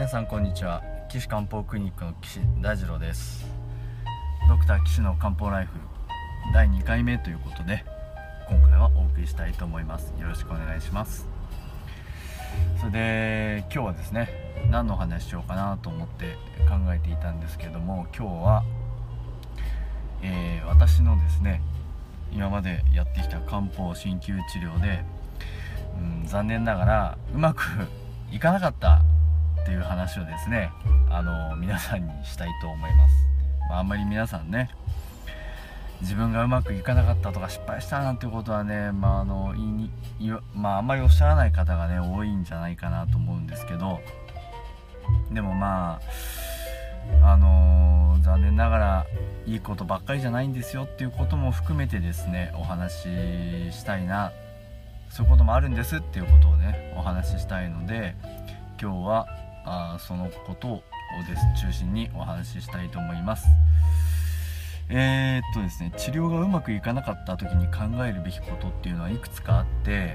皆さんこんにちは。岸漢方クリニックの岸大二郎です。ドクター岸の漢方ライフ第2回目ということで、今回はお送りしたいと思います。よろしくお願いします。それで今日はですね、何のお話しようかなと思って考えていたんですけども、今日は、私のですね、今までやってきた漢方鍼灸治療で、残念ながらうまくいかなかったっていう話をですね、皆さんにしたいと思います。あんまり皆さんね、自分がうまくいかなかったとか失敗したなんていうことはね、あんまりおっしゃらない方がね多いんじゃないかなと思うんですけど、でも残念ながらいいことばっかりじゃないんですよっていうことも含めてですね、お話ししたいな、そういうこともあるんですっていうことをねお話ししたいので、今日はそのことを中心にお話ししたいと思います。ですね、治療がうまくいかなかった時に考えるべきことっていうのはいくつかあって、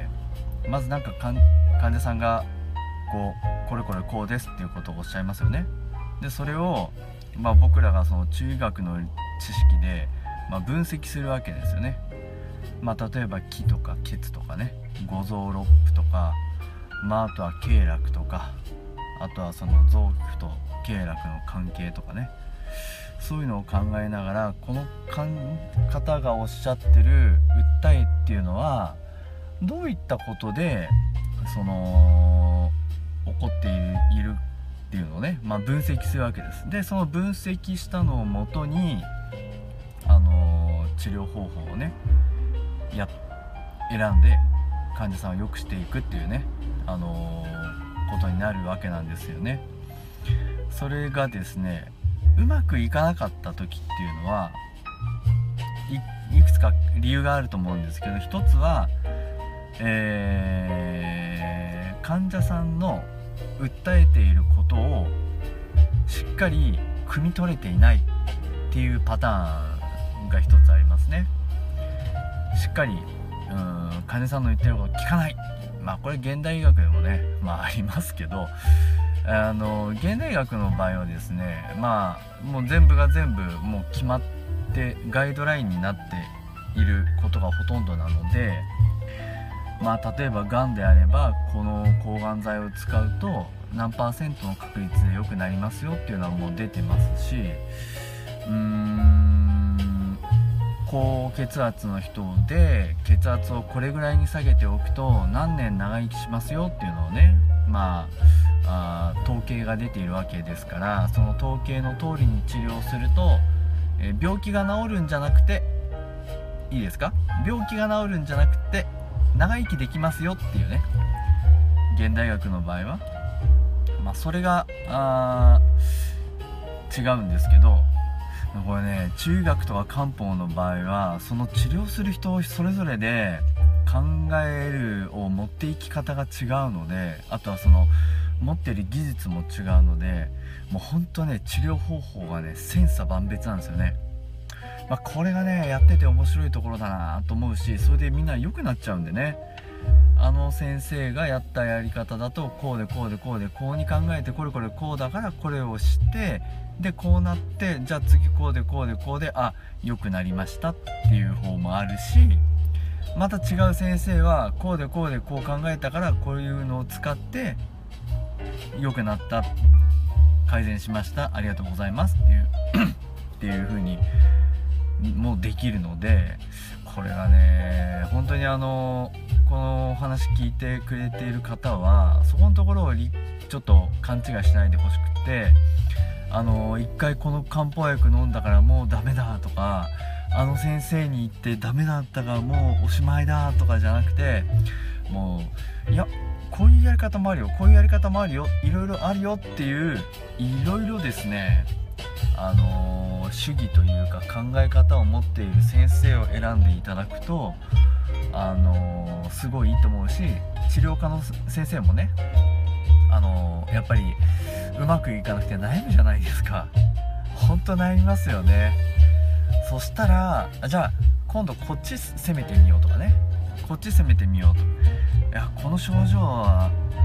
まず患者さんがこれこうですっていうことをおっしゃいますよね。でそれを、僕らがその中医学の知識で、分析するわけですよね。例えば気とか血とかね、五臓六腑とか、あとは経絡とか、あとはその臓器と経絡の関係とかね、そういうのを考えながら、この方がおっしゃってる訴えっていうのはどういったことで起こっているっていうのをね、分析するわけです。でその分析したのをもとに治療方法をね選んで患者さんを良くしていくっていうね、ことになるわけなんですよね。それがですね、うまくいかなかった時っていうのはいくつか理由があると思うんですけど、一つは、患者さんの訴えていることをしっかり汲み取れていないっていうパターンが一つありますね。しっかり患者さんの言ってることを聞かない、これ現代医学でもね、ありますけど、現代医学の場合はですね、もう全部が全部もう決まってガイドラインになっていることがほとんどなので、例えばがんであればこの抗がん剤を使うと何%の確率で良くなりますよっていうのはもう出てますし、高血圧の人で血圧をこれぐらいに下げておくと何年長生きしますよっていうのをね、統計が出ているわけですから、その統計の通りに治療すると、病気が治るんじゃなくて、いいですか、病気が治るんじゃなくて長生きできますよっていうね、現代学の場合はそれが違うんですけど、これね、中医学とか漢方の場合はその治療する人それぞれで考えるを持っていき方が違うので、あとはその持っている技術も違うので、もう本当ね、治療方法がね千差万別なんですよね。これがねやってて面白いところだなと思うし、それでみんな良くなっちゃうんでね、先生がやったやり方だとこうでこうに考えて、これこうだからこれをしてでこうなって、じゃあ次こうで良くなりましたっていう方もあるし、また違う先生はこう考えたからこういうのを使って良くなった、改善しました、ありがとうございますっていう風にもうできるので、これがね本当にこの話聞いてくれている方はそこのところをちょっと勘違いしないでほしくて、一回この漢方薬飲んだからもうダメだとか、先生に言ってダメだったからもうおしまいだとかじゃなくて、もういやこういうやり方もあるよ、こういうやり方もあるよ、いろいろあるよっていう、いろいろですね、主義というか考え方を持っている先生を選んでいただくとすごいいいと思うし、治療科の先生もねやっぱりうまくいかなくて悩むじゃないですか。本当悩みますよね。そしたらじゃあ今度こっち攻めてみようとかね、こっち攻めてみようと、いやこの症状は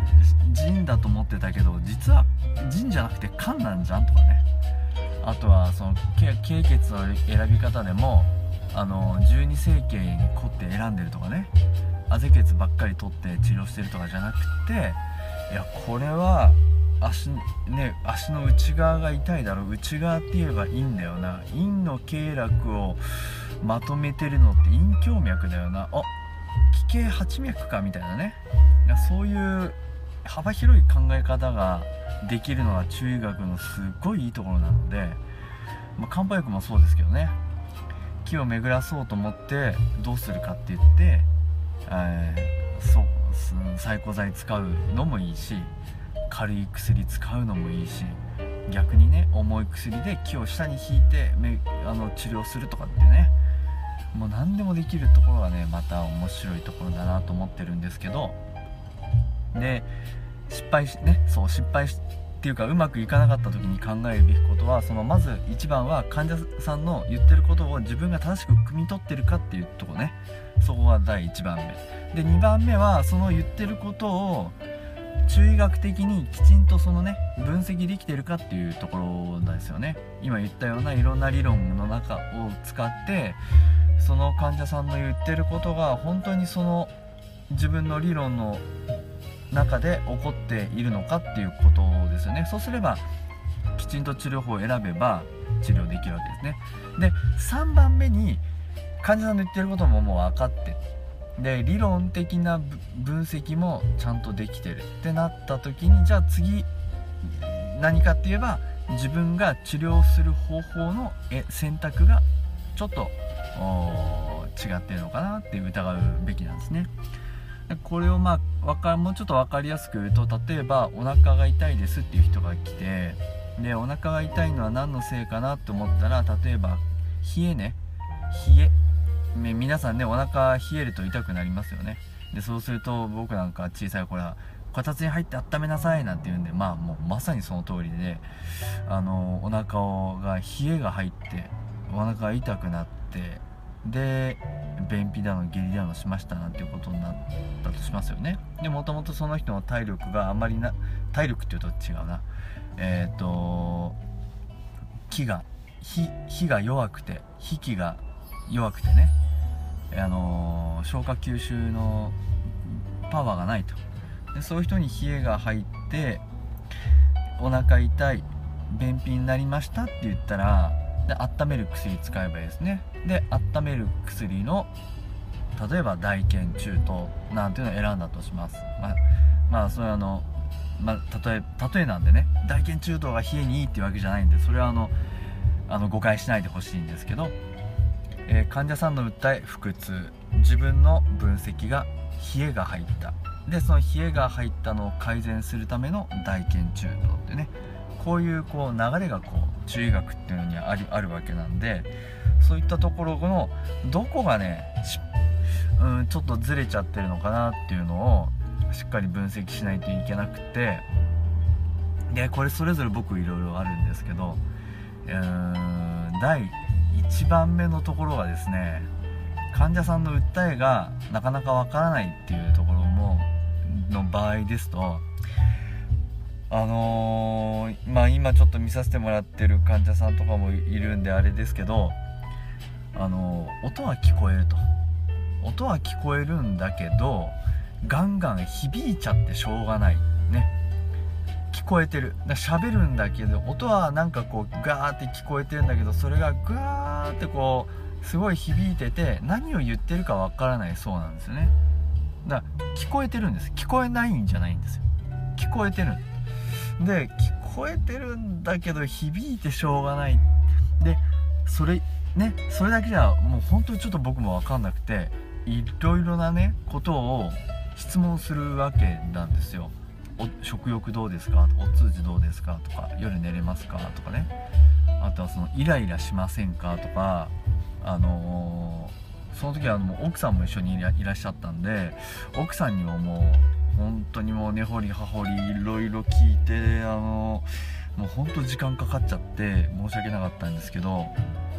腎だと思ってたけど実は腎じゃなくて肝なんじゃんとかね。あとはその経血の選び方でも十二整形に凝って選んでるとかね、あぜ血ばっかり取って治療してるとかじゃなくて、いやこれは足の内側が痛いだろ、内側って言えばいいんだよな、陰の経絡をまとめてるのって陰胸脈だよな、気系八脈かみたいなね。いやそういう幅広い考え方ができるのは中医学のすっごいいいところなので、漢方薬もそうですけどね、気を巡らそうと思ってどうするかって言って、細工剤使うのもいいし、軽い薬使うのもいいし、逆にね重い薬で気を下に引いて治療するとかってね、もう何でもできるところがねまた面白いところだなと思ってるんですけど、で失敗っていうかうまくいかなかった時に考えるべきことは、まず一番は患者さんの言ってることを自分が正しく汲み取ってるかっていうところね、そこが第1番目で、2番目はその言ってることを中医学的にきちんと分析できてるかっていうところなんですよね。今言ったようないろんな理論の中を使ってその患者さんの言ってることが本当に自分の理論の中で起こっているのかっていうことですよね。そうすればきちんと治療法を選べば治療できるわけですね。で3番目に患者さんの言ってることももう分かってで理論的な分析もちゃんとできてるってなった時に、じゃあ次何かって言えば自分が治療する方法の選択がちょっと違ってるのかなって疑うべきなんですね。これをもうちょっと分かりやすく言うと、例えばお腹が痛いですっていう人が来て、でお腹が痛いのは何のせいかなと思ったら、例えば冷え皆さんねお腹冷えると痛くなりますよね。でそうすると僕なんか小さい頃はこたつに入って温めなさいなんて言うんで、もうまさにその通りで、お腹が冷えが入ってお腹が痛くなって、で便秘だの下痢だのしましたなんていうことになったとしますよね。でもともとその人の体力があんまり体力っていうと違うな、火が弱くて脾気が弱くてね、消化吸収のパワーがないと。でそういう人に冷えが入ってお腹痛い便秘になりましたって言ったら、で温める薬使えばいいですね。で温める薬の例えば大腱中等なんていうのを選んだとします。それは例えなんでね、大腱中等が冷えにいいっていうわけじゃないんで、それは誤解しないでほしいんですけど、患者さんの訴え腹痛、自分の分析が冷えが入った、でその冷えが入ったのを改善するための大腱中等ってね、こういう流れが中医学っていうのにあるわけなんで、そういったところのどこがねちょっとずれちゃってるのかなっていうのをしっかり分析しないといけなくて、でこれそれぞれ僕いろいろあるんですけど、第1番目のところはですね、患者さんの訴えがなかなかわからないっていうところの場合ですと、今ちょっと見させてもらってる患者さんとかもいるんであれですけど、音は聞こえると、音は聞こえるんだけどガンガン響いちゃってしょうがないね。聞こえてる、喋るんだけど音はガーって聞こえてるんだけど、それがガーってすごい響いてて何を言ってるかわからないそうなんですよね。だから聞こえてるんです、聞こえないんじゃないんですよ、聞こえてるで、聞こえてるんだけど響いてしょうがないで、それだけじゃもう本当にちょっと僕も分かんなくて、いろいろなねことを質問するわけなんですよ。食欲どうですか、お通じどうですかとか、夜寝れますかとかね、あとはイライラしませんかとか、その時はもう奥さんも一緒にいらっしゃったんで、奥さんにももう本当にもう根掘り葉掘りいろいろ聞いて、もう本当時間かかっちゃって申し訳なかったんですけど、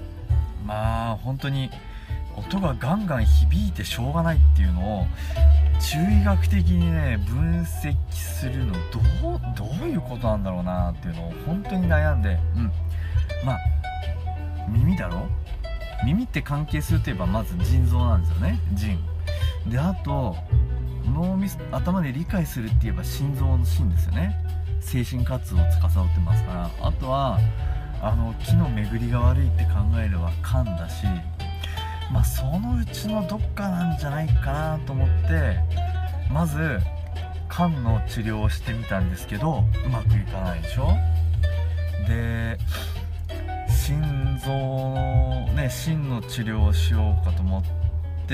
本当に音がガンガン響いてしょうがないっていうのを中医学的にね分析するのどういうことなんだろうなっていうのを本当に悩んで、まあ耳だろ、耳って関係するといえばまず腎臓なんですよね。腎で、あと頭で理解するって言えば心臓の心ですよね。精神活動を司ってますから。あとは気の巡りが悪いって考えれば肝だし、そのうちのどっかなんじゃないかなと思って、まず肝の治療をしてみたんですけどうまくいかないでしょ。で心臓のね心の治療をしようかと思って、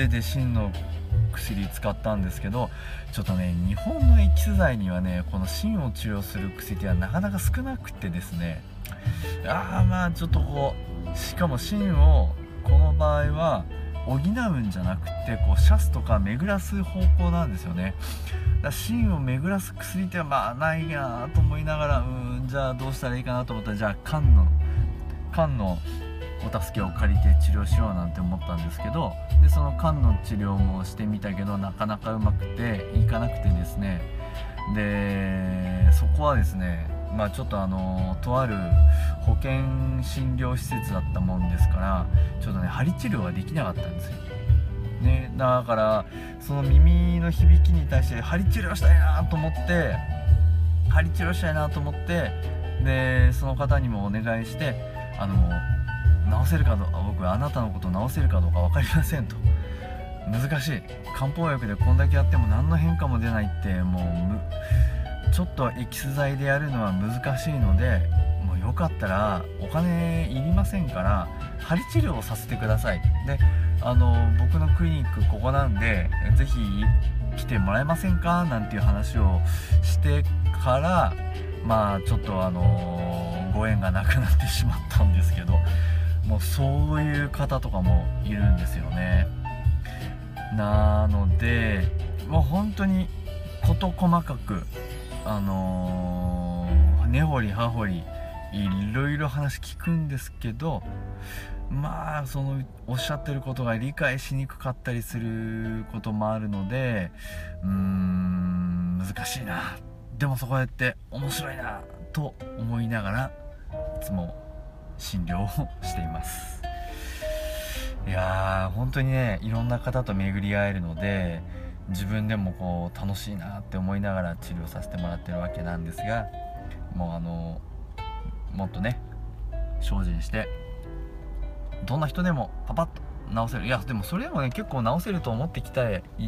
で心の薬使ったんですけど、ちょっとね日本のエキス剤にはねこの心を治療する薬はなかなか少なくてですね、ちょっとしかも心をこの場合は補うんじゃなくてシャスとか巡らす方向なんですよね。だから心を巡らす薬ってないなと思いながら、じゃあどうしたらいいかなと思ったら、じゃあ肝のお助けを借りて治療しようなんて思ったんですけど、でその肝の治療もしてみたけどなかなかうまくていかなくてですね、でそこはですねちょっととある保健診療施設だったもんですから、ちょっとね針治療はできなかったんですよね。だからその耳の響きに対して針治療したいなと思ってでその方にもお願いして、治せるかどうか、僕はあなたのことを治せるかどうか分かりませんと、難しい、漢方薬でこんだけやっても何の変化も出ないって、ちょっとエキス剤でやるのは難しいので、もうよかったらお金いりませんから針治療をさせてください。で僕のクリニックここなんでぜひ来てもらえませんかなんていう話をしてから、ちょっとご縁がなくなってしまったんですけど、もうそういう方とかもいるんですよね。なのでもう本当に事細かく根掘り葉掘りいろいろ話聞くんですけど、そのおっしゃってることが理解しにくかったりすることもあるので、難しいな、でもそこやって面白いなと思いながらいつも診療をしています。いやー本当にねいろんな方と巡り合えるので、自分でも楽しいなって思いながら治療させてもらってるわけなんですが、もっとね精進してどんな人でもパパッと治せる。いやでもそれでもね結構治せると思ってきてい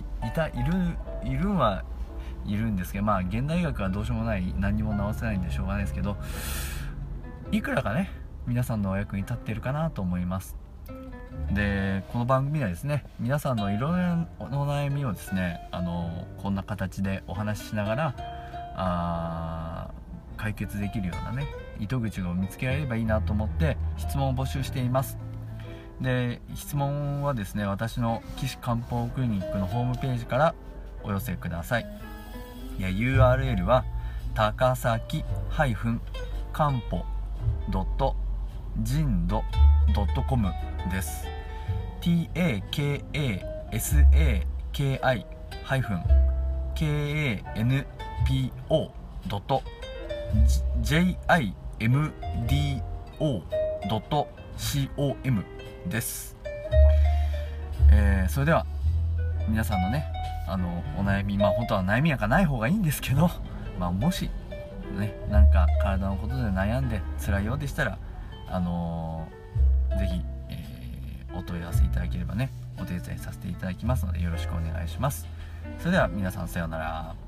るんですけど、現代医学はどうしようもない、何にも治せないんでしょうがないですけど、いくらかね皆さんのお役に立っているかなと思います。でこの番組はですね皆さんのいろいろなお悩みをですねこんな形でお話ししながら解決できるようなね糸口を見つけられればいいなと思って質問を募集しています。で質問はですね私の岸漢方クリニックのホームページからお寄せください。URL は高崎漢方.jindo.com です。takasaki-kanpo.jindo.com です。それでは皆さんのねお悩み、本当は悩みなんかない方がいいんですけど、もしねなんか体のことで悩んで辛いようでしたらぜひ、お問い合わせいただければねお手伝いさせていただきますのでよろしくお願いします。それでは皆さんさようなら。